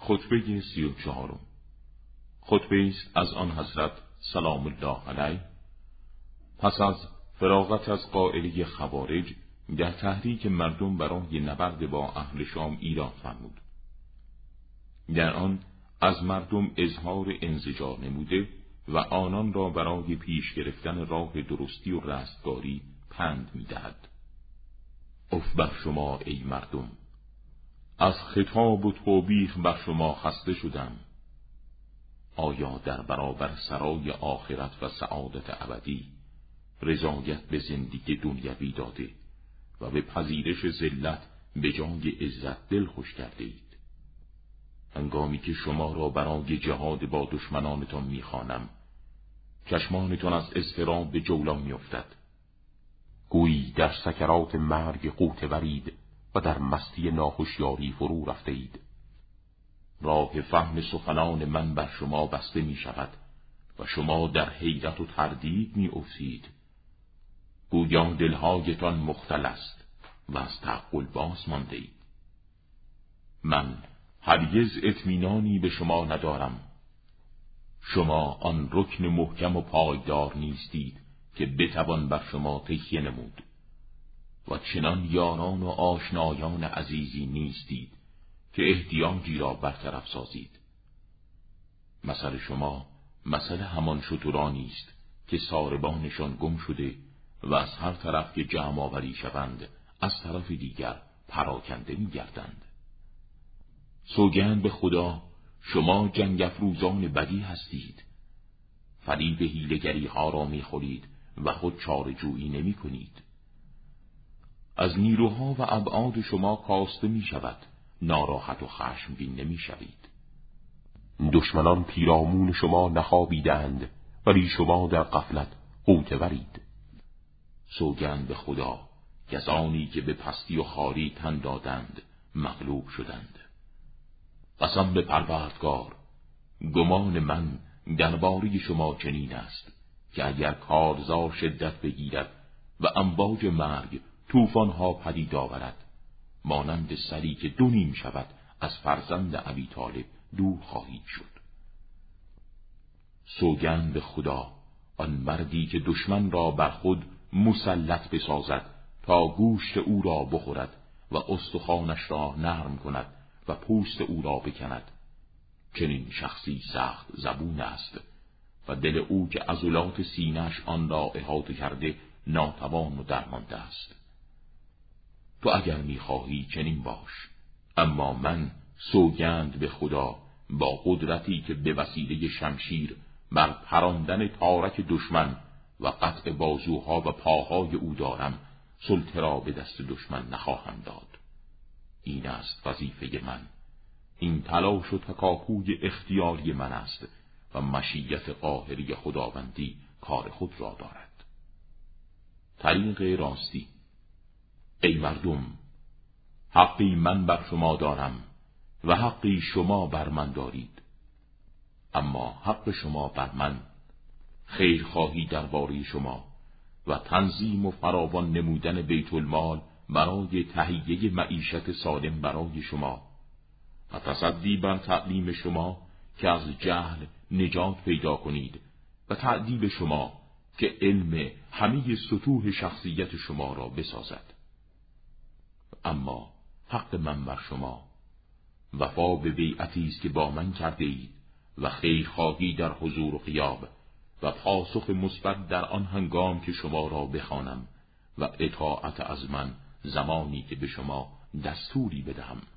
خطبه 34 خطبه است از آن حضرت سلام الله علیه پس از فراغت از قائله خوارج در تحریک مردم برای نبرد با اهل شام ایراد فرمود. در آن از مردم اظهار انزجار نموده و آنان را برای پیش گرفتن راه درستی و رستگاری پند می‌دهد. اف بر شما ای مردم، از خطاب و توبیخ بر شما خسته شدم. آیا در برابر سرای آخرت و سعادت ابدی رضایت به زندگی دنیوی داده و به پذیرش ذلت به جای عزت دل خوش کرده اید؟ هنگامی که شما را برای جهاد با دشمنانتان میخوانم، چشمانتان از اضطراب به جولان میافتد. گویی در سکرات مرگ غوطه ورید و در مستی ناهوشیاری فرو رفته اید. راه فهم سخنان من بر شما بسته می شود و شما در حیرت و تردید می افتید. گویا دلهایتان مختل است و از تعقل باز مانده اید. من هرگز اطمینانی به شما ندارم. شما آن رکن محکم و پایدار نیستید که بتوان بر شما تکیه نمود و چنان یاران و آشنایان عزیزی نیستید که احتیاجی را برطرف سازید. مثل شما مثل همان شترانی است که ساربانشان گم شده و از هر طرف که جمع آوری شوند از طرف دیگر پراکنده می گردند. سوگند به خدا شما جنگ افروزان بدی هستید. فریب حیله‌گری ها را می خورید و خود چاره‌جویی نمی کنید. از نیروها و ابعاد شما کاسته می شود، ناراحت و خشمگین نمی شوید. دشمنان پیرامون شما نخوابیدند ولی شما در غفلت غوطه ورید. سوگند به خدا کسانی که به پستی و خواری تن دادند مغلوب شدند. قسم به پروردگار، گمان من درباره شما چنین است که اگر کارزار شدت بگیرد و امواج مرگ طوفان‌ها پدید آورد، مانند سری که دو نیم شود از فرزند ابی طالب دور خواهید شد. سوگند به خدا، آن مردی که دشمن را بر خود مسلط بسازد تا گوشت او را بخورد و استخوانش را نرم کند و پوست او را بکند، چنین شخصی سخت زبون است و دل او که عضلات سینه‌اش آن را احاطه کرده ناتوان و درمانده است. تو اگر می‌خواهی چنین باش، اما من سوگند به خدا با قدرتی که به وسیله شمشیر بر پراندن تارک دشمن و قطع بازوها و پاهای او دارم، سلطه را به دست دشمن نخواهم داد. این است وظیفه من. این تلاش و تکاپوی اختیاری من است و مشیت قاهری خداوندی کار خود را دارد. طریق راستی. ای مردم، حقی من بر شما دارم و حقی شما بر من دارید، اما حق شما بر من خیرخواهی درباره شما و تنظیم و فراوان نمودن بیت المال برای تهیه معیشت سالم برای شما و تصدی بر تعلیم شما که از جهل نجات پیدا کنید و تعدیب شما که علم همه سطوح شخصیت شما را بسازد. اما حق من بر شما وفا به بیعتی است که با من کرده اید و خیرخواهی در حضور و غیاب و پاسخ مثبت در آن هنگام که شما را بخوانم و اطاعت از من زمانی که به شما دستوری بدهم.